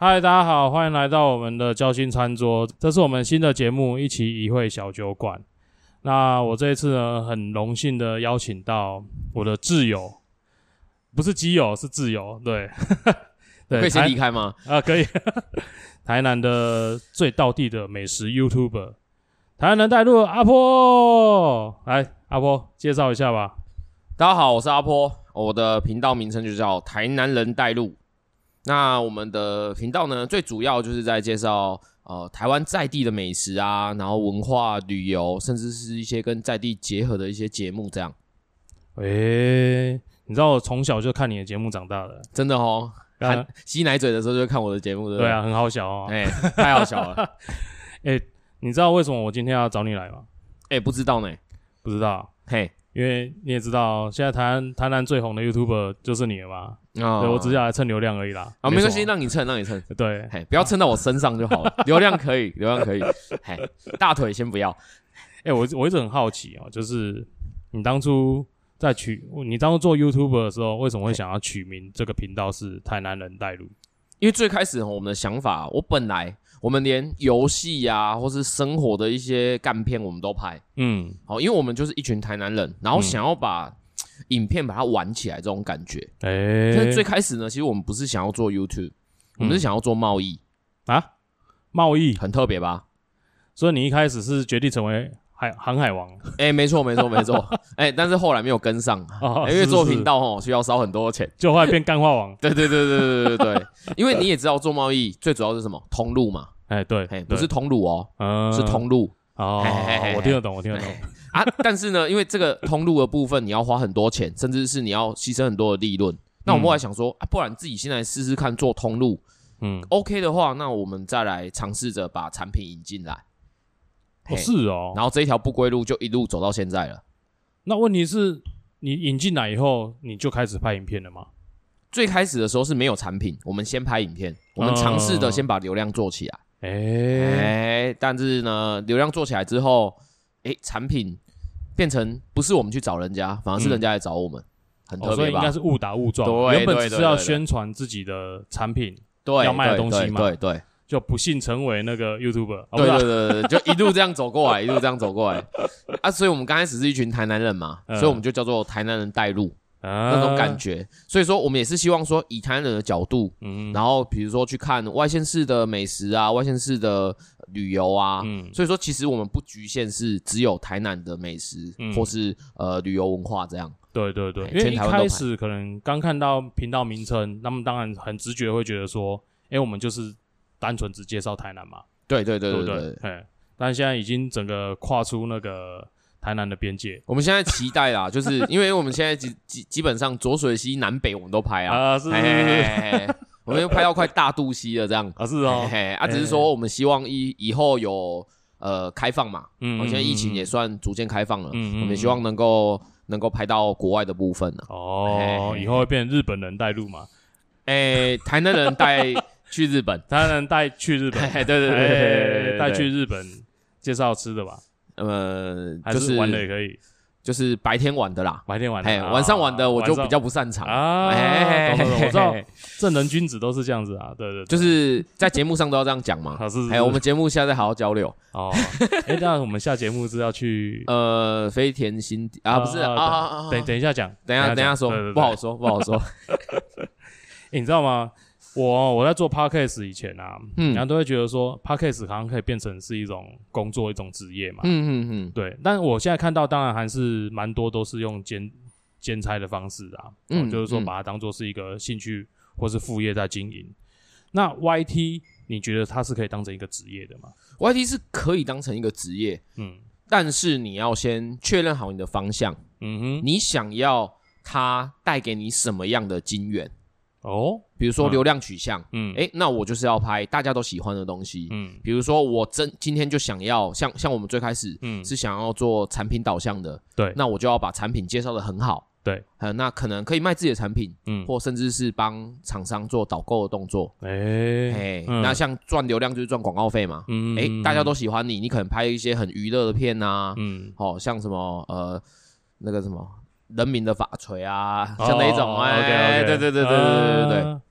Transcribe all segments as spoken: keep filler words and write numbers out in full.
嗨，大家好，欢迎来到我们的交心餐桌，这是我们新的节目一起一会小酒馆。那我这一次呢，很荣幸的邀请到我的挚友，不是基友，是挚友，对， 对，可以先离开吗？ 啊，可以。台南的最道地的美食 YouTuber， 台南人带路阿坡，来，阿坡介绍一下吧。 大家好，我是阿坡，我的频道名称就叫台南人带路。那我们的频道呢，最主要就是在介绍呃台湾在地的美食啊，然后文化、旅游，甚至是一些跟在地结合的一些节目，这样。 诶、欸，你知道我从小就看你的节目长大的， 真的哦。含吸奶嘴的时候就会看我的节目，对不对？ 对啊，很好笑哦。 哎、欸，太好笑了。 哎、欸，你知道为什么我今天要找你来吗？ 哎、欸，不知道呢。 不知道。 嘿。 因为你也知道，现在台南台南最红的 YouTuber 就是你了嘛。 哦、 对，我只是来蹭流量而已啦。 啊，没关系，让你蹭，让你蹭。 对， 嘿，不要蹭到我身上就好了。流量可以，流量可以。嘿，大腿先不要。 哎、欸，我我一直很好奇哦，就是你当初在取，你当初做 YouTuber 的时候，为什么会想要取名这个频道是台南人带路？ 因为最开始我们的想法，我本来我们连游戏啊，或是生活的一些干片我们都拍，嗯，好，因为我们就是一群台南人，然后想要把、嗯、影片把它玩起来这种感觉。哎、欸，但是最开始呢，其实我们不是想要做 YouTube，、嗯、我们是想要做贸易啊，贸易很特别吧？ 所以你一开始是决定成为海航海王？ 哎、欸，没错，没错，没错。哎、欸，但是后来没有跟上，哦欸、因为做频道吼需要烧很多钱， 就后来变干话王。 对对对对对对对，因为你也知道做贸易最主要是什么？通路嘛。 哎、欸，对， 欸、不是通路哦，嗯、是通路。 哦，嘿嘿嘿，我听得懂，我听得懂。 啊，但是呢，因为这个通路的部分，你要花很多钱，甚至是你要牺牲很多的利润。那我们后来想说、嗯啊，不然自己先来试试看做通路。嗯 ，OK 的话，那我们再来尝试着把产品引进来。 哦，是哦。 然后这一条不归路就一路走到现在了。 那问题是，你引进来以后，你就开始拍影片了吗？ 最开始的时候是没有产品，我们先拍影片，我们尝试的先把流量做起来。哎、欸欸，但是呢，流量做起来之后，哎、欸，产品变成不是我们去找人家，反而是人家来找我们，嗯、很特别吧、哦？ 所以应该是误打误撞。 对， 原本只是要宣传自己的产品， 对， 要卖的东西嘛。 对 对, 对, 对， 就不幸成为那个 YouTuber。 对对对对，就一路这样走过来，一路这样走过来啊！所以我们刚开始是一群台南人嘛，嗯、所以我们就叫做台南人带路。那种感觉，所以说我们也是希望说以台南人的角度，嗯，然后比如说去看外县市的美食啊，外县市的旅游啊，嗯，所以说其实我们不局限是只有台南的美食，嗯、或是呃旅游文化这样。 对对对，因为一开始可能刚看到频道名称，他们当然很直觉会觉得说，哎，我们就是单纯只介绍台南嘛。 对对对对 对, 对, 对，对，但现在已经整个跨出那个台南的边界， 我们现在期待啦，就是因为我们现在基基基本上浊水溪南北我们都拍啊， 啊是是是是， 我们又拍到快大肚溪了这样啊是哦， 嘿嘿啊只是说我们希望以以后有呃开放嘛，嗯，现在疫情也算逐渐开放了，嗯，我们希望能够能够拍到国外的部分了， 哦，嘿嘿以后会变成日本人带路嘛， 哎，台南人带去日本， 台南人带去日本， 对对对对， 带去日本介绍吃的吧。 呃， 就是玩的也可以， 就是白天玩的啦， 白天玩的， 晚上玩的我就比较不擅长啊。懂懂懂，我知道，正人君子都是这样子啊，对对， 就是在节目上都要这样讲嘛。 是， 哎，我们节目现在好好交流哦。哎，那我们下节目是要去呃飞田新地啊，不是啊， 等等一下讲， 等一下等一下说，不好说不好说。 你知道吗？我我在做 podcast 以前啊，嗯，然后都会觉得说 podcast 好像可以变成是一种工作、一种职业嘛，嗯嗯嗯，对。但我现在看到，当然还是蛮多都是用兼兼差的方式啊，嗯，就是说把它当做是一个兴趣或是副业在经营。那 Y T 你觉得它是可以当成一个职业的吗 ？Y T 是可以当成一个职业，嗯，但是你要先确认好你的方向，嗯哼，你想要它带给你什么样的金源？哦，比如说流量取向，嗯，哎、欸，那我就是要拍大家都喜欢的东西，嗯，比如说我真今天就想要像像我们最开始，嗯，是想要做产品导向的，对，那我就要把产品介绍得很好，对，呃，那可能可以卖自己的产品，嗯，或甚至是帮厂商做导购的动作，哎、欸欸嗯，那像赚流量就是赚广告费嘛，嗯，哎、欸，大家都喜欢你，你可能拍一些很娱乐的片啊，嗯，哦，像什么呃那个什么。人民的法锤啊，像那一种，哎、哦， okay, okay, 对对对对对对对对。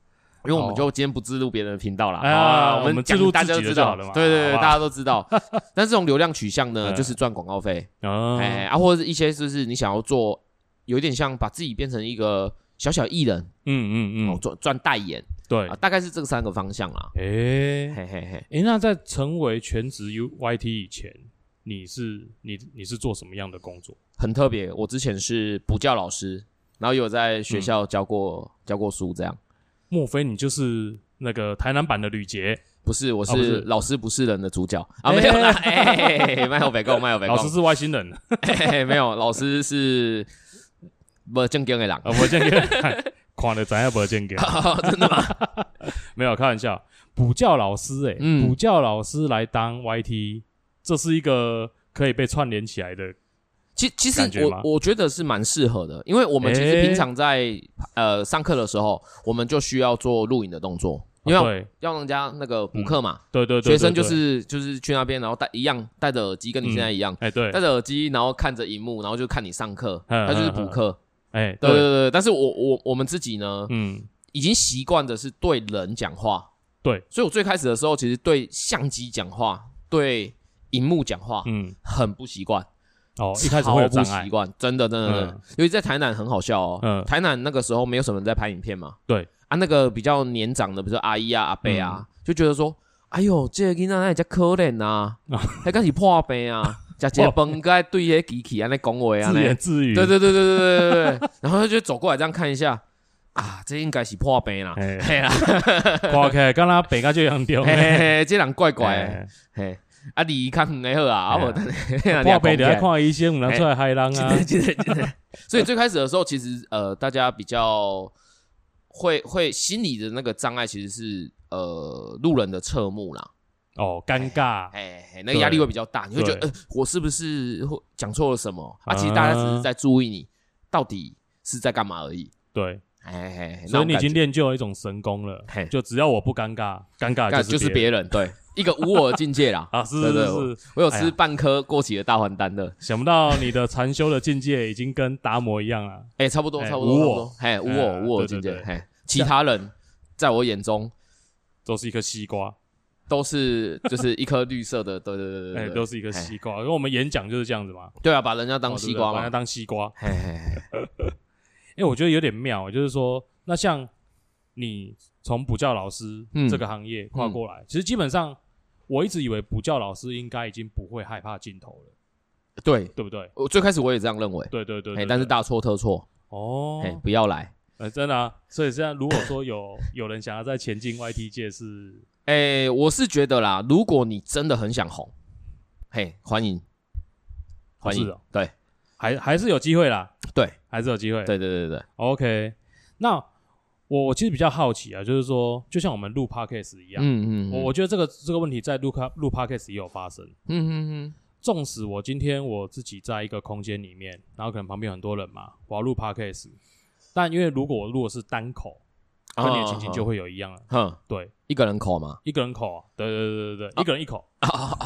因为我们就今天不置入别人的频道啦， 哎呀， 我们置入大家都知道了嘛， 对对对，大家都知道。但这种流量取向呢，就是赚广告费，哎啊，或者是一些就是你想要做，有点像把自己变成一个小小艺人，嗯嗯嗯，赚赚代言， 对， 大概是这三个方向啦。哎嘿嘿嘿，哎，那在成为全职 Y T 以前，你是你你是做什么样的工作？ 很特别，我之前是补教老师，然后有在学校教过教过书，这样。 莫非你就是那个台南版的吕杰？ 不是，我是老师不是人的主角啊，没有啦，哎，卖有北贡，卖有北贡， 老师是外星人， 没有，老师是不正经的人， 不正经，看得知影不正经， 真的吗？ 没有，开玩笑。补教老师，哎，补教老师来当 Y T， 这是一个可以被串联起来的。 其其实我我觉得是蛮适合的，因为我们其实平常在、欸、呃上课的时候，我们就需要做录影的动作，因为要让人家那个补课嘛、嗯， 对对 对, 对, 对, 对， 学生就是就是去那边，然后戴一样戴着耳机，跟你现在一样，哎、 嗯欸、对， 戴着耳机，然后看着荧幕，然后就看你上课，他就是补课， 哎、欸， 对对对对。但是我我我们自己呢，嗯，已经习惯的是对人讲话， 对， 所以我最开始的时候，其实对相机讲话，对荧幕讲话，嗯，很不习惯。 哦，一开始会有障碍，不习惯，真的，真的，真的、嗯，尤其在台南很好笑哦。嗯，台南那个时候没有什么人在拍影片嘛。 对啊，那个比较年长的，比如说阿姨啊、阿伯啊，嗯、就觉得说，哎呦，这个囡仔那才可怜啊，还敢是破病啊，食一个饭该对迄机器安尼讲话啊， 自言自语。 对对对对对对对对。然后他就走过来这样看一下，啊，这应该是破病啦，嘿啦， 看起来敢若病甲这样重， 嘿嘿嘿，这人怪怪的，嘿。啊，离较远的好啊，啊，我等下破病就要看医生，不能出来害人啊。 真的真的。所以最开始的时候，其实呃，大家比较会会心理的那个障碍，其实是呃路人的侧目啦。 哦，尴尬， 哎，那个压力会比较大，你会觉得，呃，我是不是讲错了什么啊？其实大家只是在注意你到底是在干嘛而已。 对。哎，所以你已经练就了一种神功了，就只要我不尴尬，尴尬就是别人，对，一个无我的境界啦。 啊，是是是，我, 我有吃半颗过期的大还丹的， 想不到你的禅修的境界已经跟达摩一样了， 哎，差不多差不多，无我，嘿，无我无我的境界，嘿，其他人在我眼中都是一颗西瓜， 都是就是一颗绿色的，对对对对， 哎，都是一颗西瓜，因为我们演讲就是这样子嘛， 对啊，把人家当西瓜嘛， 把人家当西瓜，嘿嘿嘿。因为我觉得有点妙，就是说，那像你从补教老师这个行业跨过来，嗯、其实基本上我一直以为补教老师应该已经不会害怕镜头了， 对对不对？ 我最开始我也这样认为， 对对 对, 对, 对, 对， 但是大错特错哦，不要来， 呃，真的啊。所以现在如果说有有人想要在前进 Y T 界是， 哎，我是觉得啦，如果你真的很想红，嘿，欢迎欢迎，对。 还还是有机会啦， 对， 还是有机会， 对对对对 ，OK。那我我其实比较好奇啊，就是说，就像我们录 Podcast 一样，嗯嗯，我我觉得这个这个问题在录录 Podcast 也有发生，嗯嗯嗯。纵使我今天我自己在一个空间里面，然后可能旁边很多人嘛，我要录 Podcast， 但因为如果我录的是单口，跟你的情形就会有一样了，嗯、哦，对， 一个人口嘛， 一个人口、啊，对对对对对，哦、一个人一口，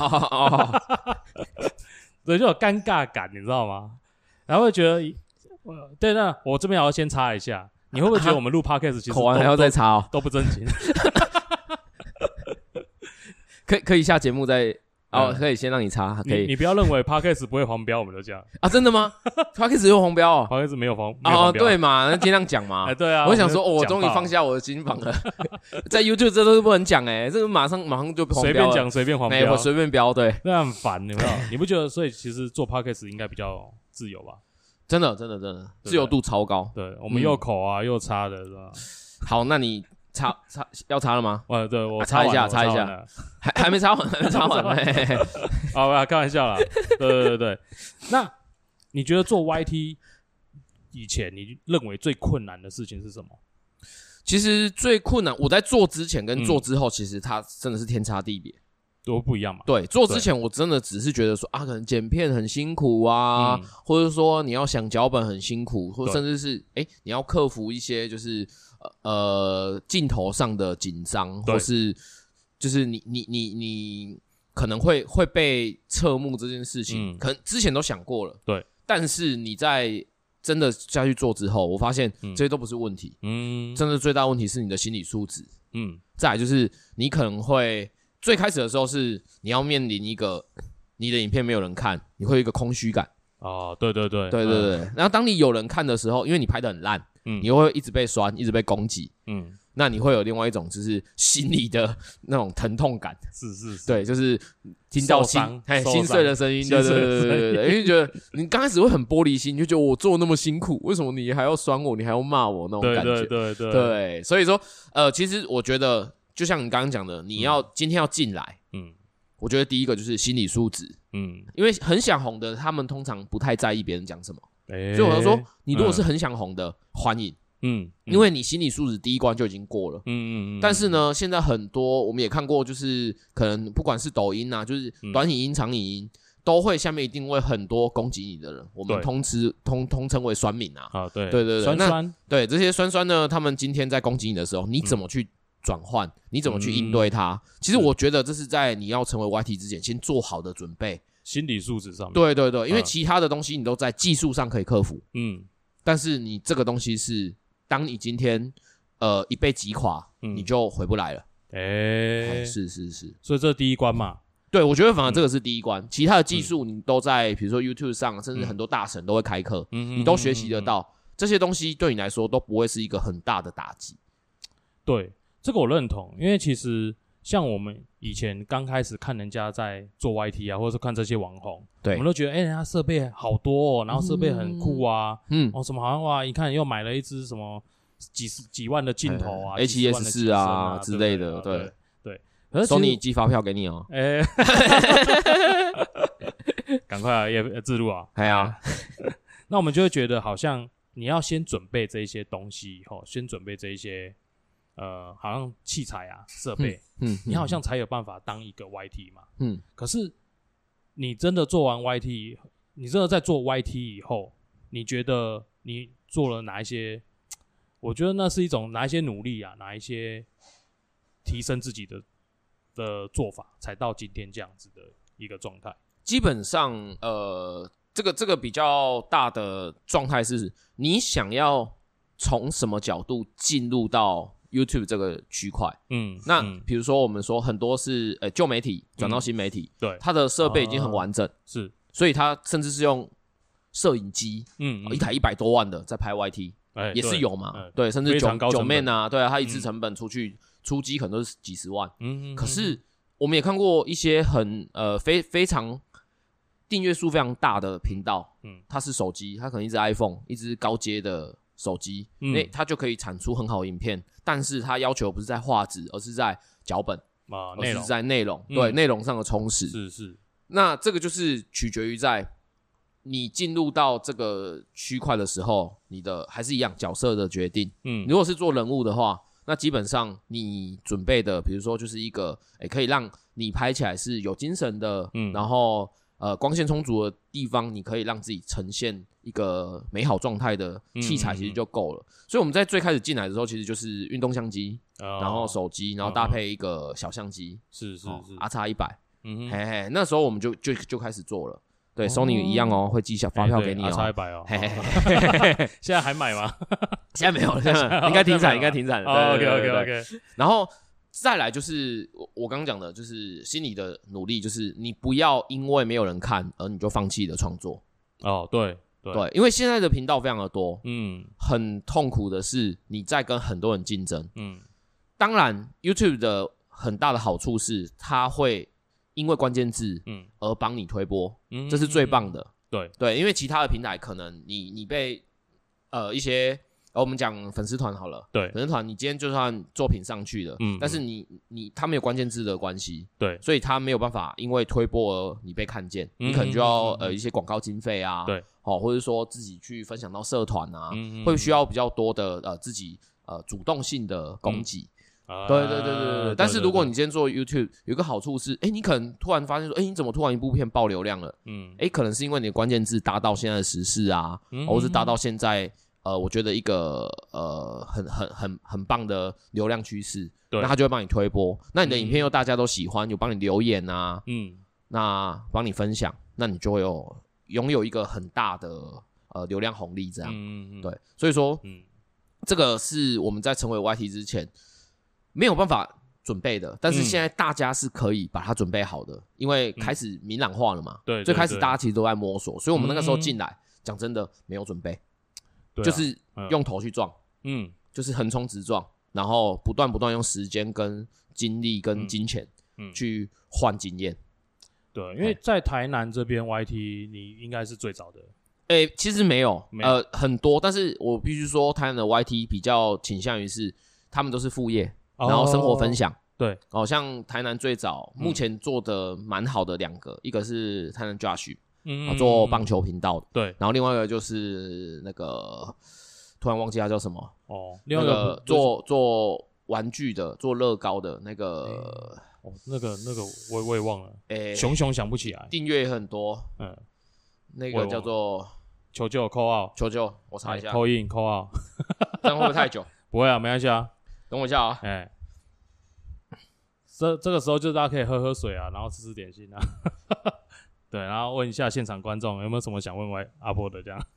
对，就有尴尬感，你知道吗？然后会觉得，对，那我这边还要先插一下，你会不会觉得我们录 podcast 其实口完还要再插哦， 都不正经？ 可以可以下节目再哦，可以先让你插，可以。 你, 你不要认为 podcast 不会黄标，我们都这样啊？真的吗 ？podcast 有黄标哦 ，podcast 没有黄哦，对嘛？那尽量讲嘛。 哎，对啊， 我想说，哦，我终于放下我的心防了，在 YouTube 这都是不能讲哎，这个马上马上就黄标了，随便讲随便黄标， 我随便标，对， 那很烦，有没有？你不觉得？所以其实做 podcast 应该比较自由吧？ 真的，真的，真的，自由度超高。 对，我们又口啊，嗯、又插的，是吧？ 好，那你插插要插了吗？ 呃，对我插一下，插一下，还还没插完，还没插完。 好吧，开玩笑啦。对对对对，那你觉得做 Y T 以前，你认为最困难的事情是什么？ 其实最困难，我在做之前跟做之后，嗯、其实它真的是天差地别。 都不一样嘛？ 对，做之前我真的只是觉得说啊，可能剪片很辛苦啊，嗯、或者说你要想脚本很辛苦，或甚至是哎、欸、你要克服一些就是呃镜头上的紧张，或是就是你你你你可能会会被侧目这件事情，嗯、可能之前都想过了， 对。 但是你在真的下去做之后，我发现这些都不是问题。嗯，真的最大的问题是你的心理素质。嗯，再来就是你可能会最开始的时候是你要面临一个你的影片没有人看，你会有一个空虚感。 哦，对对对， 对对对。嗯、然后当你有人看的时候，因为你拍得很烂，嗯，你会一直被酸，一直被攻击，嗯。那你会有另外一种就是心理的那种疼痛感， 是是是， 对，就是听到心心碎的声音，对对对对对，因为觉得你刚开始会很玻璃心，你就觉得我做那么辛苦，为什么你还要酸我，你还要骂我那种感觉， 对对对 对, 对，所以说呃，其实我觉得就像你刚刚讲的，你要、嗯、今天要进来，嗯，我觉得第一个就是心理素质，嗯，因为很想红的，他们通常不太在意别人讲什么，欸、所以我就说，你如果是很想红的，欢迎。嗯，因为你心理素质第一关就已经过了，嗯嗯嗯。但是呢，现在很多我们也看过，就是可能不管是抖音啊，就是短影音、长影音，都会下面一定会很多攻击你的人，我们通吃通通称为酸民啊。 啊，对对对对， 酸酸， 对这些酸酸呢，他们今天在攻击你的时候，你怎么去转换？嗯、你怎么去应对它？嗯、其实我觉得这是在你要成为 Y T 之前，先做好的准备， 心理素质上面。 对对对，因为其他的东西你都在技术上可以克服，嗯，但是你这个东西是。当你今天呃一被击垮，嗯、你就回不来了。哎、欸，是是是， 所以这是第一关嘛？ 对，我觉得反而这个是第一关，嗯、其他的技术你都在，比如说 YouTube 上，甚至很多大神都会开课，嗯、你都学习得到、嗯嗯嗯嗯、这些东西，对你来说都不会是一个很大的打击。 对，这个我认同，因为其实像我们以前刚开始看人家在做 Y T 啊，或者是看这些网红，对，我们都觉得哎、欸，人家设备好多哦，然后设备很酷啊，嗯，哦什么好像哇，一看又买了一支什么几十几万的镜头啊 ，H E S 四 啊, 啊之类的，对对。 对对索尼寄发票给你哦，哎， 赶快啊，也自录啊， 哎呀， 那我们就会觉得好像你要先准备这一些东西以后，先准备这一些。呃，好像器材啊、设备，嗯，嗯你好像才有办法当一个 Y T 嘛，嗯。可是你真的做完 Y T， 你真的在做 Y T 以后，你觉得你做了哪一些？我觉得那是一种哪一些努力啊，哪一些提升自己的的做法，才到今天这样子的一个状态。 基本上，呃，这个这个比较大的状态是，你想要从什么角度进入到YouTube 这个区块，嗯，那比如说我们说很多是呃旧媒体转到新媒体， 嗯、对， 它的设备已经很完整，呃、 是， 所以它甚至是用摄影机，嗯，嗯一台一百多万的在拍 Y T，欸、也是有嘛，对，对甚至九九面啊，对啊，它一次成本出去、嗯、出机可能都是几十万，嗯, 嗯, 嗯可是我们也看过一些很呃非非常订阅数非常大的频道，嗯，它是手机，它可能一支 iPhone， 一支高阶的。手机，嗯，欸、它就可以产出很好的影片，但是它要求不是在画质，而是在脚本啊， 而是在内容，嗯、对内容上的充实。 是是， 那这个就是取决于在你进入到这个区块的时候，你的还是一样角色的决定。嗯，如果是做人物的话，那基本上你准备的，比如说就是一个，欸、可以让你拍起来是有精神的，嗯，然后。呃，光线充足的地方，你可以让自己呈现一个美好状态的器材，其实就够了。嗯嗯嗯所以我们在最开始进来的时候，其实就是运动相机，哦、然后手机，然后搭配一个小相机， 是是是 ，R X 一百，嗯嘿嘿，那时候我们就就就开始做了。对 ，Sony 一样哦，会寄小发票给你哦 ，R X 一百哦，嘿嘿嘿现在还买吗？ 现在没有，现在应该停产，应该停产。 哦 ，OK OK OK， 然后。再来就是我我刚刚讲的，就是心理的努力，就是你不要因为没有人看而你就放弃了创作。 哦，对对, 对，因为现在的频道非常的多，嗯，很痛苦的是你在跟很多人竞争，嗯，当然 YouTube 的很大的好处是它会因为关键字，嗯，而帮你推播，嗯，这是最棒的。 对对，因为其他的平台可能你你被呃一些。我们讲粉丝团好了， 对， 粉丝团你今天就算作品上去了，嗯，但是你你他没有关键字的关系， 对， 所以他没有办法因为推播而你被看见，嗯、你可能就要呃一些广告经费啊， 对， 好、哦，或者说自己去分享到社团啊，嗯、会需要比较多的呃自己呃主动性的供给，嗯、对对对对对对。但是如果你今天做 YouTube， 有一个好处是，哎，你可能突然发现说，哎，你怎么突然一部片爆流量了？嗯，哎，可能是因为你的关键字达到现在的时事啊，嗯、或是达到现在。呃，我觉得一个呃很很很很棒的流量趋势，那他就会帮你推播。那你的影片又大家都喜欢，有帮你留言啊，嗯，那帮你分享，那你就会有拥有一个很大的呃流量红利这样。嗯嗯对，所以说，嗯，这个是我们在成为 Y T 之前没有办法准备的，但是现在大家是可以把它准备好的，因为开始明朗化了嘛。对、嗯，最开始大家其实都在摸索，所以我们那个时候进来，讲、嗯、真的没有准备，啊、就是用头去撞，嗯，就是横冲直撞，然后不断不断用时间跟精力跟金钱，嗯，去换经验。 对，因为在台南这边 Y T 你应该是最早的。 诶、欸，其实没有，没有呃，很多，但是我必须说，台南的 Y T 比较倾向于是他们都是副业，哦、然后生活分享。 对， 哦，像台南最早目前做的蛮好的两个，嗯、一个是台南 Josh， 嗯、做棒球频道的， 对， 然后另外一个就是那个突然忘记他叫什么哦， 另外一个做做玩具的，做乐高的那个。欸哦，那个那个我我也忘了，诶、欸，熊熊想不起来， 订阅也很多，嗯，那个叫做求救 call out， 求救，我查一下 ，call in call out， 这样会不会太久？ 不会啊，没关系啊， 等我一下啊，哎、欸， 这这个时候就大家可以喝喝水啊，然后吃吃点心啊，对，然后问一下现场观众有没有什么想问阿波的这样，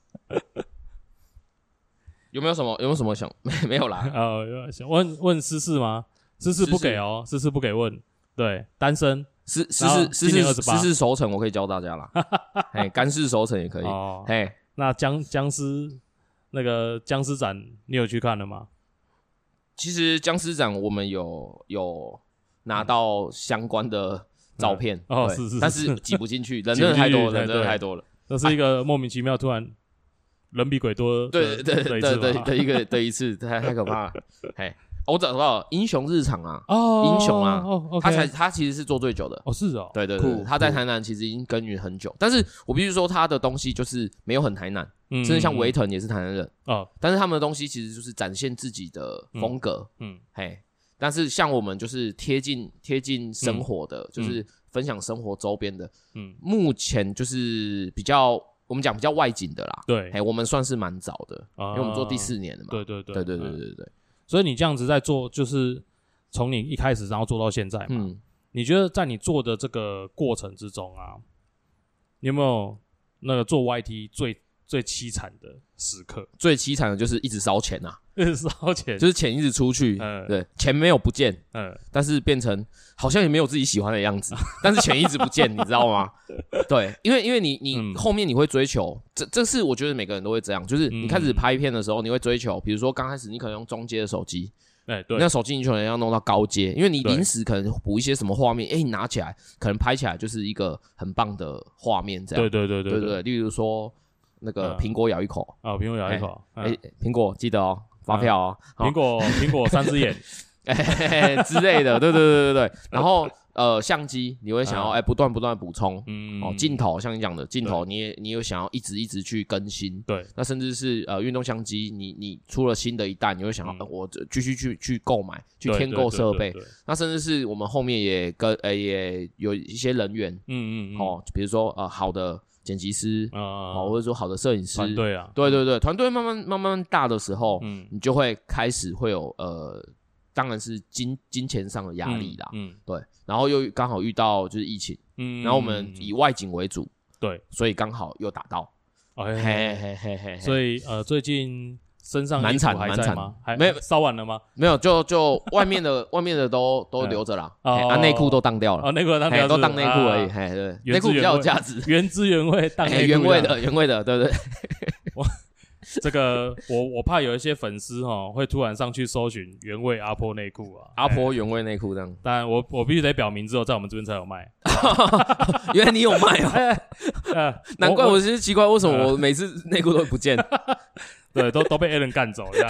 有没有什么有没有什么想没没有啦？ 呃，想问问私事吗？私事不给哦，私事不给问。对，单身， 私私事私事私事熟成，我可以教大家啦。哎，干式熟成也可以。哦，哎， 那僵僵尸那个僵尸展，你有去看了吗？ 其实僵尸展我们有有拿到相关的照片， 嗯、哦，是是是， 但是挤不进去，人真的太多了，人真的太多了。 这是一个莫名其妙，突然人比鬼多的， 对对对对对的一个的一次，太太可怕了。嘿。我找到英雄日常啊，哦，英雄啊，哦 okay、他才他其实是做最久的， 哦是哦， 对对对，他在台南其实已经耕耘很久，但是我必须说他的东西就是没有很台南，嗯，甚至像维腾也是台南人，哦，但是他们的东西其实就是展现自己的风格，嗯，嗯嘿，但是像我们就是贴近贴近生活的，嗯、就是分享生活周边的，嗯，目前就是比较我们讲比较外景的啦， 对， 嘿，我们算是蛮早的，啊、因为我们做第四年了嘛， 对对对对对对对对对。 所以你这样子在做，就是从你一开始然后做到现在嘛。嗯，你觉得在你做的这个过程之中啊，你有没有那个做 Y T 最最凄惨的时刻？ 最凄惨的就是一直烧钱啊， 一直烧钱， 就是钱一直出去，嗯，对，钱没有不见，嗯，但是变成好像也没有自己喜欢的样子，但是钱一直不见，你知道吗？对，因为因为你你、嗯、后面你会追求，这这是我觉得每个人都会这样，就是你开始拍片的时候，你会追求，比如说刚开始你可能用中阶的手机。 欸、对， 那手机你可能要弄到高阶，因为你临时可能补一些什么画面，哎、欸，你拿起来可能拍起来就是一个很棒的画面，这样。 对对对 对, 对, 对, 对, 对例如说那个苹果咬一口， 啊，苹、哦、果咬一口， 哎、欸，苹、欸、果记得哦，发票哦， 苹、嗯、果苹果三只眼， 哎、欸、之类的，对对对对对，然后。呃，相机你会想要哎、嗯欸、不断不断补充，嗯哦，镜头像你讲的镜头，你也你有想要一直一直去更新， 对， 那甚至是呃运动相机，你你出了新的一代，你会想要、嗯呃、我继续去去购买，去添购设备，那甚至是我们后面也跟呃也有一些人员，嗯嗯嗯，哦，比如说呃好的剪辑师啊、嗯哦，或者说好的摄影师， 团队啊， 对对对，团队慢慢慢慢大的时候，嗯，你就会开始会有呃。当然是金金钱上的压力啦，嗯，嗯对，然后又刚好遇到就是疫情，嗯，然后我们以外景为主， 对， 所以刚好又打到， 哦、嘿嘿嘿嘿嘿，所以呃，最近身上蛮惨蛮惨吗？还没有烧完了吗？ 没有，就就外面的外面的都都留着啦，哦、啊内裤都当掉了， 哦内裤当掉， 都当内裤而已，嘿、啊，对，内裤比较有价值， 原汁原味当内裤， 原味的原味的，对不对？ 这个我我怕有一些粉丝哈会突然上去搜寻原味阿婆内裤啊， 阿婆原味内裤这样。 当然我我必须得表明，之后在我们这边才有卖。 原来你有卖哦，呃、难怪我是奇怪为什么我每次内裤都会不见。 对，都都被 Alan 干走这样。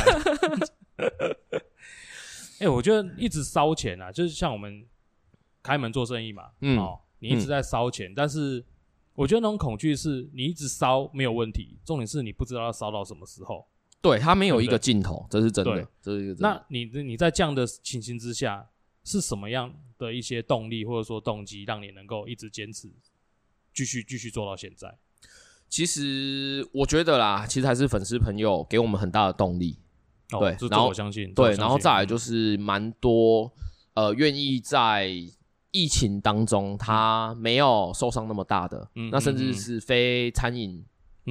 哎、欸，我觉得一直烧钱啊，就是像我们开门做生意嘛，嗯，哦，你一直在烧钱，嗯、但是。我觉得那种恐惧是你一直烧没有问题，重点是你不知道要烧到什么时候。 对，它没有一个尽头，这是真的，这是一个真的。 那你你在这样的情形之下，是什么样的一些动力或者说动机，让你能够一直坚持，继续继续做到现在？ 其实我觉得啦，其实还是粉丝朋友给我们很大的动力。 哦、 对， 然后我相信， 对，然后再来就是蛮多呃愿意在。疫情当中，他没有受伤那么大的，嗯、那甚至是非餐饮，嗯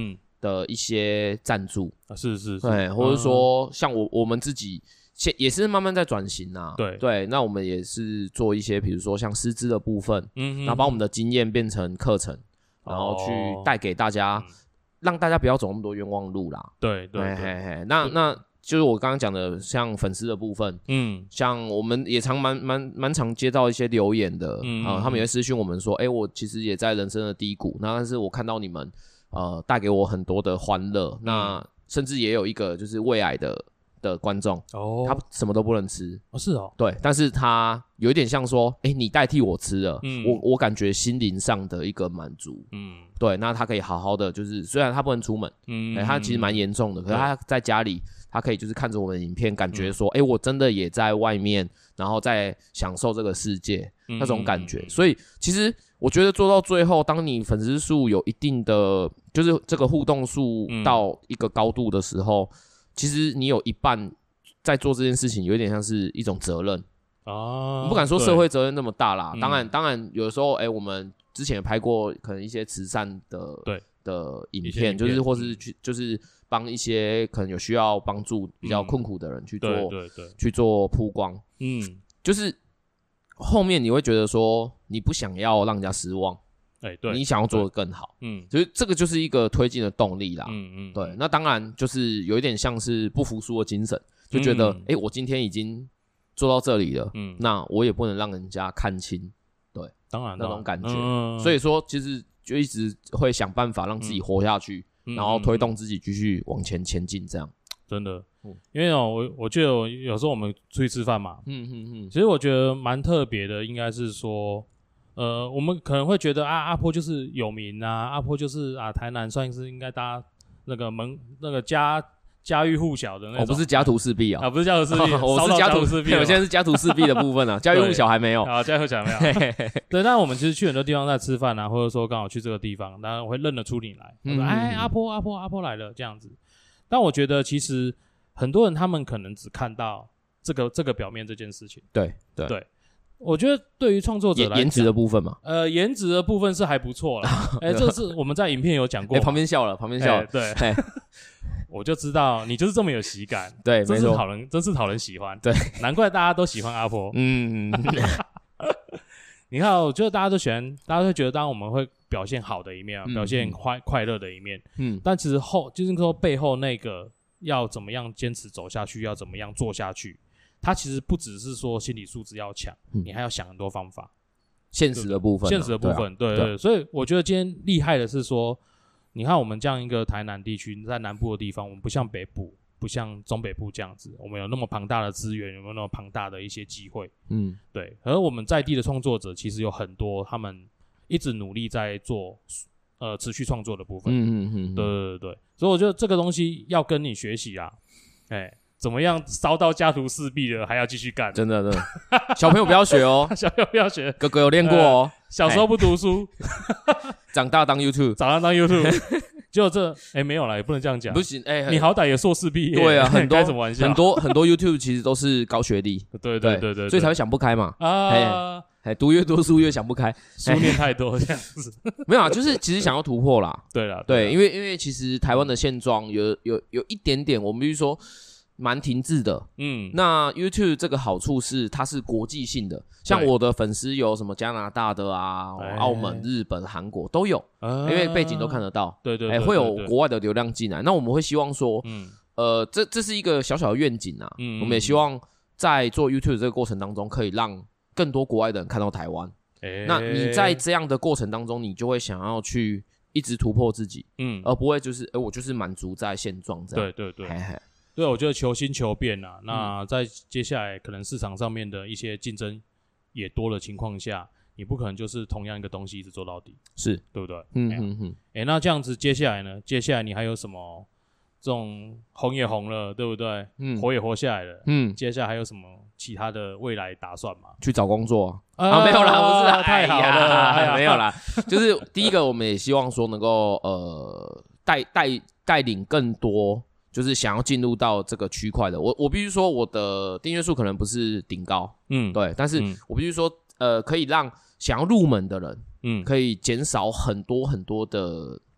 的一些赞助， 啊、是是是， 对，或者说像我我们自己现也是慢慢在转型啊， 对对，那我们也是做一些比如说像师资的部分，嗯，然后把我们的经验变成课程，然后去带给大家，哦、让大家不要走那么多冤枉路啦， 对对对， 嘿嘿嘿那那就是我刚刚讲的，像粉丝的部分，嗯，像我们也常蛮蛮蛮常接到一些留言的，嗯、呃，他们也会私讯我们说，哎、欸，我其实也在人生的低谷，那但是我看到你们。呃，带给我很多的欢乐，嗯、那甚至也有一个就是胃癌的的观众，哦，他什么都不能吃， 哦，是哦， 对，但是他有一点像说，哎、欸，你代替我吃了，嗯、我我感觉心灵上的一个满足，嗯，对，那他可以好好的，就是虽然他不能出门，嗯，欸、他其实蛮严重的，可是他在家里，他可以就是看着我们的影片，感觉说，哎、嗯欸，我真的也在外面，然后在享受这个世界、嗯、那种感觉，所以其实。我觉得做到最后，当你粉丝数有一定的，就是这个互动数到一个高度的时候，嗯、其实你有一半在做这件事情，有点像是一种责任啊。不敢说社会责任那么大啦，当然，当然有的时候，哎、欸，我们之前也拍过可能一些慈善的对的影片，影片就是或是去就是帮一些可能有需要帮助比较困苦的人去做， 嗯、对对对， 去做曝光，嗯，就是。后面你会觉得说你不想要让人家失望， 欸、对， 你想要做得更好，嗯，所以这个就是一个推进的动力啦，嗯嗯，对，那当然就是有一点像是不服输的精神，就觉得，哎、嗯欸，我今天已经做到这里了，嗯，那我也不能让人家看清，对， 当然那种感觉， 嗯、 所以说其实就一直会想办法让自己活下去，嗯、然后推动自己继续往前前进，这样。 真的，因为哦，我我觉得有时候我们出去吃饭嘛，嗯嗯嗯，其实我觉得蛮特别的，应该是说，呃，我们可能会觉得啊，阿坡就是有名啊，阿坡就是啊，台南算是应该大家那个门那个家家喻户晓的那种， 我、哦、不是家徒四壁啊， 啊，不是家徒四壁， 我是家徒四壁，我现在是家徒四壁的部分啊，家喻户晓还没有啊，家喻户晓还没有，对，但我们其实去很多地方在吃饭啊，或者说刚好去这个地方，当然我会认得出你来，我说哎，阿坡阿坡阿坡来了这样子。但我觉得其实很多人他们可能只看到这个这个表面这件事情。 对对对，我觉得对于创作者来讲， 颜值的部分嘛， 呃，颜值的部分是还不错啦。哎、欸，这是我们在影片有讲过。哎、 欸，旁边笑了，旁边笑了。 欸、对，我就知道你就是这么有喜感。 对， 真是讨人，真是讨人喜欢。 对， 难怪大家都喜欢阿婆。嗯。你看，我觉得大家都喜欢，大家会觉得，当然我们会表现好的一面、啊嗯、表现快快乐的一面，嗯，但其实后就是说背后那个要怎么样坚持走下去，要怎么样做下去，它其实不只是说心理素质要强、嗯，你还要想很多方法， 现实的部分、啊， 现实的部分，对 对, 对, 对，所以我觉得今天厉害的是说，你看我们这样一个台南地区，在南部的地方，我们不像北部。不像中北部这样子，我们有那么庞大的资源，有没有那么庞大的一些机会？嗯，对。而我们在地的创作者其实有很多，他们一直努力在做呃持续创作的部分。嗯嗯嗯，对对对对。所以我觉得这个东西要跟你学习啊，哎、欸，怎么样烧到家徒四壁了还要继续干？ 真的真的，小朋友不要学哦， 小朋友不要学， 哥哥有练过哦、呃， 小时候不读书， 长大当 YouTube， 长大当 YouTube。就这哎、欸、没有啦，也不能这样讲， 不行哎、欸， 你好歹也硕士毕业， 对啊，很多开什么玩笑， 很多很多 YouTube 其实都是高学历， 对对对 对, 对， 所以才会想不开嘛啊， 哎，读越多书越想不开， 书念太多这样子， 没有啊，就是其实想要突破啦， 对啦， 对，因为因为其实台湾的现状有有有一点点，我们必须说。蛮停滞的，嗯，那 YouTube 这个好处是它是国际性的，像我的粉丝有什么加拿大的啊、澳门、日本、韩国都有，因为背景都看得到， 对对对， 会有国外的流量进来。那我们会希望说，嗯，呃，这这是一个小小的愿景啊，嗯，我们也希望在做 YouTube 这个过程当中，可以让更多国外的人看到台湾。那你在这样的过程当中，你就会想要去一直突破自己，嗯，而不会就是，哎，我就是满足在现状这样， 对对对。 嘿嘿对，我觉得求新求变啊。那在接下来可能市场上面的一些竞争也多的情况下，你不可能就是同样一个东西一直做到底， 是对不对？ 嗯嗯嗯。 哎，那这样子接下来呢？接下来你还有什么这种红也红了，对不对？嗯，活也活下来了，嗯，接下来还有什么其他的未来打算吗？ 去找工作啊？ 啊啊没有啦，不是啦， 太好了， 哎呀没有啦。就是第一个，我们也希望说能够呃带带带领更多。就是想要进入到这个区块的，我我必须说我的订阅数可能不是顶高，嗯，对，但是我必须说，呃，可以让想要入门的人，嗯，可以减少很多很多的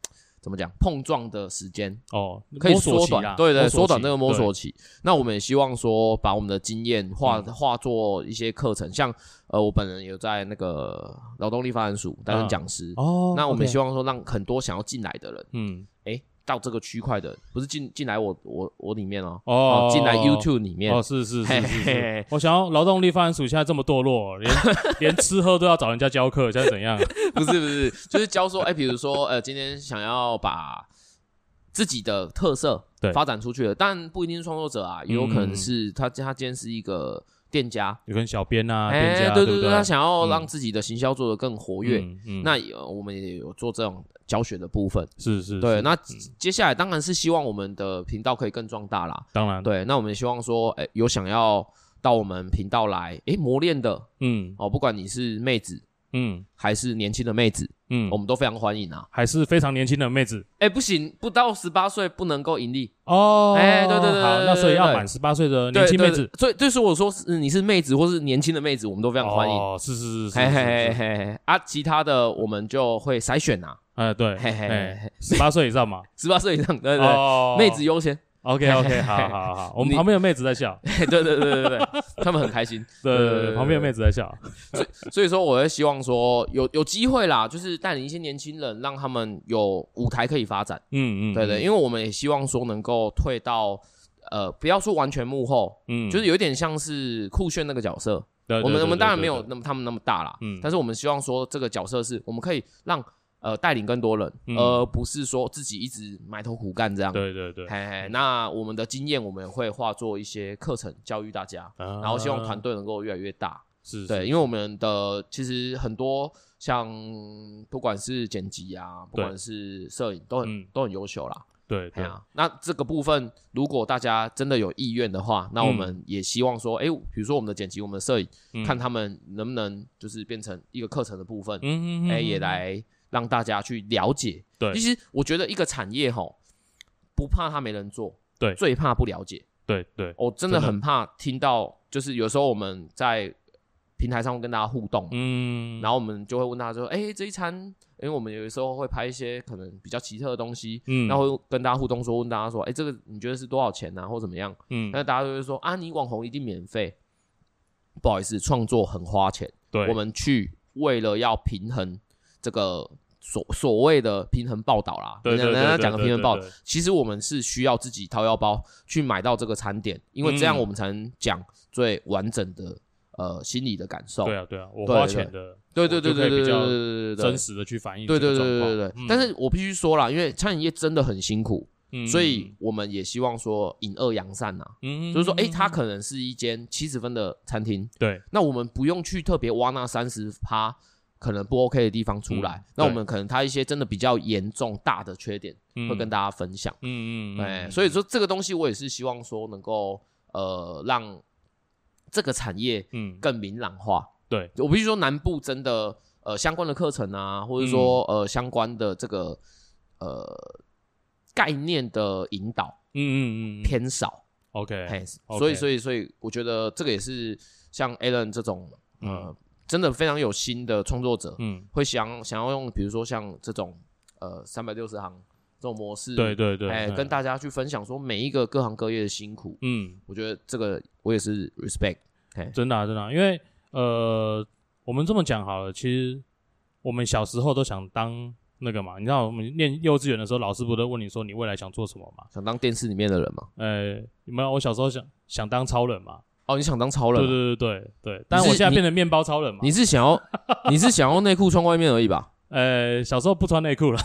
怎么讲碰撞的时间哦， 可以缩短，对对，缩短这个摸索期。那我们也希望说把我们的经验化、嗯、化作一些课程，像呃我本人有在那个劳动力发展署担任讲师、啊、哦，那我们也希望说让很多想要进来的人，嗯，哎。到这个区块的，不是进进来我我我里面哦，哦，进来 YouTube 里面哦，是是是是是，我想要劳动力发展署现在这么堕落，连连吃喝都要找人家教课，现在怎样？ 不是不是，就是教说，哎、欸，比如说，呃，今天想要把自己的特色发展出去了，但不一定是创作者啊，也有可能是他他今天是一个店家， 有跟小编啊，店家， 对对对, 对, 对， 他想要让自己的行销做得更活跃，嗯嗯、那也我们也有做这种教学的部分， 是是， 对。 是那、嗯、接下来当然是希望我们的频道可以更壮大啦， 当然， 对。那我们也希望说，哎、欸，有想要到我们频道来，哎、欸，磨练的，嗯，哦，不管你是妹子，嗯，还是年轻的妹子，嗯，我们都非常欢迎啊， 还是非常年轻的妹子， 哎、欸，不行，不到十八岁不能够盈利哦， 哎、欸，对对 对, 对, 对, 对， 好，那所以要满十八岁的年轻妹子， 所以就是我说是你是妹子或是年轻的妹子，我们都非常欢迎， 哦，是是是是， 嘿嘿嘿嘿嘿，啊，其他的我们就会筛选啊， 哎、呃，对，嘿嘿嘿，十八岁以上嘛， 十八岁以上，对对对，哦、妹子優先。 OK OK， 好好好，我们旁边的妹子在笑， 对对对对对，他们很开心， 对对 对, 對，旁边的妹子在笑， 所以所以说我会希望说有有机会啦，就是带领一些年轻人，让他们有舞台可以发展，嗯嗯，对对，因为我们也希望说能够退到呃，不要说完全幕后，嗯，就是有点像是酷炫那个角色，对对对对对對，我们我们当然没有那么他们那么大啦，嗯，但是我们希望说这个角色是我们可以让。呃，带领更多人，嗯、而不是说自己一直埋头苦干这样。 对对对。 嘿嘿，那我们的经验，我们也会化作一些课程教育大家，啊、然后希望团队能够越来越大。 是, 是。 对，因为我们的其实很多像不管是剪辑啊，不管是摄影，都很、嗯、都很优秀啦。 对对啊。那这个部分，如果大家真的有意愿的话，那我们也希望说，哎、嗯，比如说我们的剪辑，我们的摄影、嗯，看他们能不能就是变成一个课程的部分，嗯嗯哎，也来。让大家去了解，对，其实我觉得一个产业吼，不怕它没人做， 对， 最怕不了解， 对对， 我真的很怕听到，就是有时候我们在平台上会跟大家互动，嗯，然后我们就会问大家说，哎、欸，这一餐，因为我们有的时候会拍一些可能比较奇特的东西，嗯，然后会跟大家互动说，问大家说，哎、欸，这个你觉得是多少钱啊，或怎么样，嗯，那大家就会说啊，你网红一定免费，不好意思，创作很花钱，对，我们去为了要平衡这个。所所谓的平衡报道啦， 对对对，人家讲个平衡报道，其实我们是需要自己掏腰包去买到这个餐点，因为这样我们才能讲最完整的呃心理的感受。 对啊对啊，我花钱的， 对对对对对对对对，真实的去反映这个状况。 对对对对对对。但是我必须说啦，因为餐饮业真的很辛苦，嗯，所以我们也希望说隐恶扬善呐，嗯，就是说，哎，它可能是一间七十分的餐厅， 对， 那我们不用去特别挖那三十趴。可能不 OK 的地方出来，嗯、那我们可能他一些真的比较严重大的缺点、嗯、会跟大家分享。嗯嗯，哎、嗯，所以说这个东西我也是希望说能够呃让这个产业嗯更明朗化。 嗯、对， 我必须说南部真的呃相关的课程啊，或者说、嗯、呃相关的这个呃概念的引导，嗯嗯嗯偏少。 OK，, okay 所以所以所以我觉得这个也是像 Alan 这种呃。嗯真的非常有心的创作者，嗯，会想想要用，比如说像这种呃三百六十行这种模式， 对对对， 哎、欸，跟大家去分享说每一个各行各业的辛苦，嗯，我觉得这个我也是 respect， 真的、啊、真的、啊，因为呃，我们这么讲好了，其实我们小时候都想当那个嘛，你知道我们念幼稚园的时候，老师不都问你说你未来想做什么嘛？ 想当电视里面的人嘛？ 呃，没有，我小时候想想当超人嘛。 哦，你想当超人？ 对对对对对，但是我现在变成面包超人嘛。 你是想要，你是想要内裤穿外面而已吧？ 呃，小时候不穿内裤了。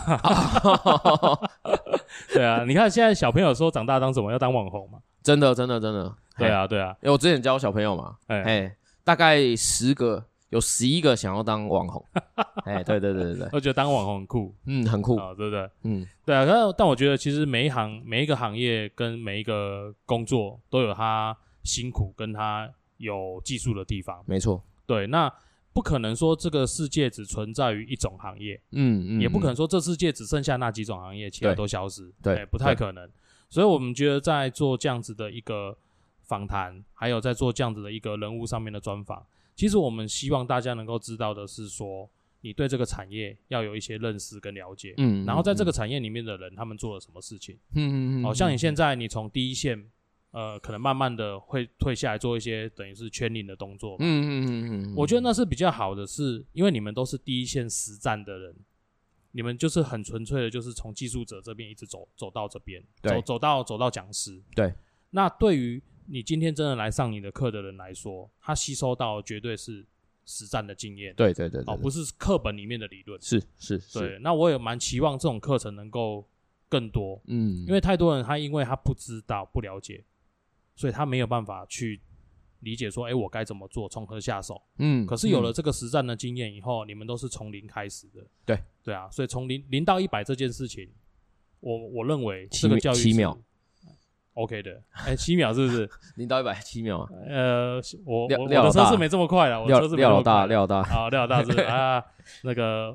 对啊，你看现在小朋友说长大当什么要当网红嘛？ 真的真的真的。 对啊对啊， 因为我之前教小朋友嘛，哎、欸，大概十个有十一个想要当网红。哎、欸，对对对对对， 我觉得当网红很酷， 嗯，很酷， 哦、对不对？嗯，对啊。但但我觉得其实每一行每一个行业跟每一个工作都有它辛苦跟它有技术的地方， 没错。 对，那不可能说这个世界只存在于一种行业，嗯嗯，也不可能说这世界只剩下那几种行业，其他都消失，对，欸、不太可能。所以我们觉得在做这样子的一个访谈，还有在做这样子的一个人物上面的专访，其实我们希望大家能够知道的是说， 你对这个产业要有一些认识跟了解，嗯，然后在这个产业里面的人他们做了什么事情，嗯嗯嗯，好、哦、像你现在你从第一线，呃，可能慢慢的会退下来做一些等于是圈领的动作，嗯嗯嗯嗯，我觉得那是比较好的是，因为你们都是第一线实战的人，你们就是很纯粹的，就是从技术者这边一直走走到这边，走走到走到讲师， 对，那对于你今天真的来上你的课的人来说，他吸收到的绝对是实战的经验， 对对 对, 对, 对、哦、 不是课本里面的理论， 是是是，对。那我也蛮期望这种课程能够更多，嗯，因为太多人他因为他不知道不了解，所以他没有办法去理解说，哎，我该怎么做，从何下手，嗯。可是有了这个实战的经验以后，嗯、你们都是从零开始的， 对对啊，所以从零零到一百这件事情，我我认为这个教育七秒。 OK 的，哎，七秒是不是？ 零到一百七秒。 呃，我我我的车是没这么快了，我的车是没这么快。 廖老大，廖老大， 好，廖老大是啊，那个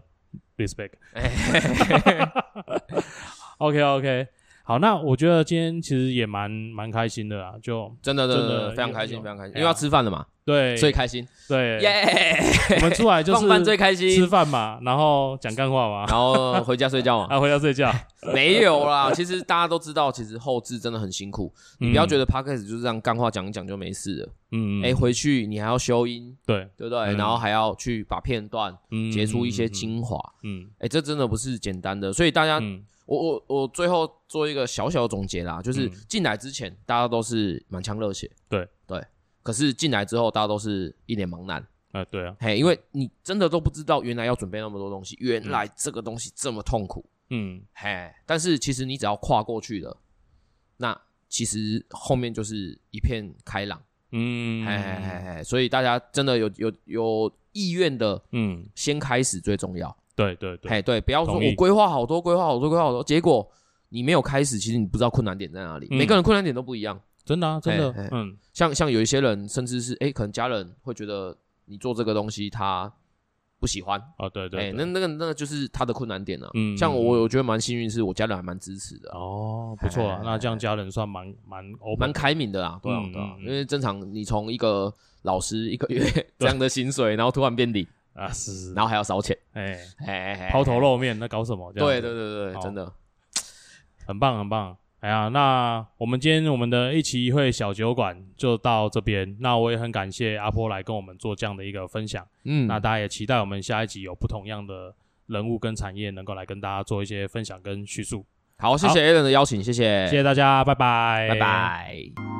respect。OK OK， 好，那我觉得今天其实也蛮蛮开心的啦，就真的真的非常开心，非常开心，因为要吃饭了嘛。对，所以开心。 对， 耶、 yeah! ！我们出来就是放饭最开心， 吃饭嘛，然后讲干话嘛， 然后回家睡觉嘛， 啊，回家睡觉。 没有啦，其实大家都知道，其实后制真的很辛苦。嗯、你不要觉得 podcast 就是这样干话讲一讲就没事了。嗯，哎、欸，回去你还要修音， 对对不对？嗯、然后还要去把片段截出一些精华。嗯，哎、欸，这真的不是简单的，所以大家。嗯我我我最后做一个小小的总结啦，就是进来之前大家都是满腔热血， 对对，可是进来之后大家都是一脸茫然， 啊、呃、对啊， 嘿，因为你真的都不知道原来要准备那么多东西，原来这个东西这么痛苦，嗯，嘿，但是其实你只要跨过去了，那其实后面就是一片开朗，嗯，嘿嘿嘿嘿，所以大家真的有有有意愿的，嗯，先开始最重要。 对对对， 嘿对，不要说我规划好多，规划好多，规划好多，结果你没有开始，其实你不知道困难点在哪里。嗯、每个人困难点都不一样， 真的啊，真的。嗯， 像像有一些人，甚至是哎，可能家人会觉得你做这个东西他不喜欢哦，对对， 哎，那那个那个就是他的困难点了、啊。嗯，像我我觉得蛮幸运，是我家人还蛮支持的、啊。 哦，不错啊，那这样家人算蛮蛮蛮开明的啦，对啊对啊，因为正常你从一个老师一个月这样的薪水，然后突然变零。 啊是， 然后还要烧钱， 哎哎，抛头露面，那搞什么？ 对对对对，真的很棒很棒。哎呀，那我们今天我们的一期一会小酒馆就到这边。那我也很感谢阿波来跟我们做这样的一个分享。嗯，那大家也期待我们下一集有不同样的人物跟产业能够来跟大家做一些分享跟叙述。 好，谢谢 Alan 的邀请，谢谢， 谢谢大家，拜拜， 拜拜。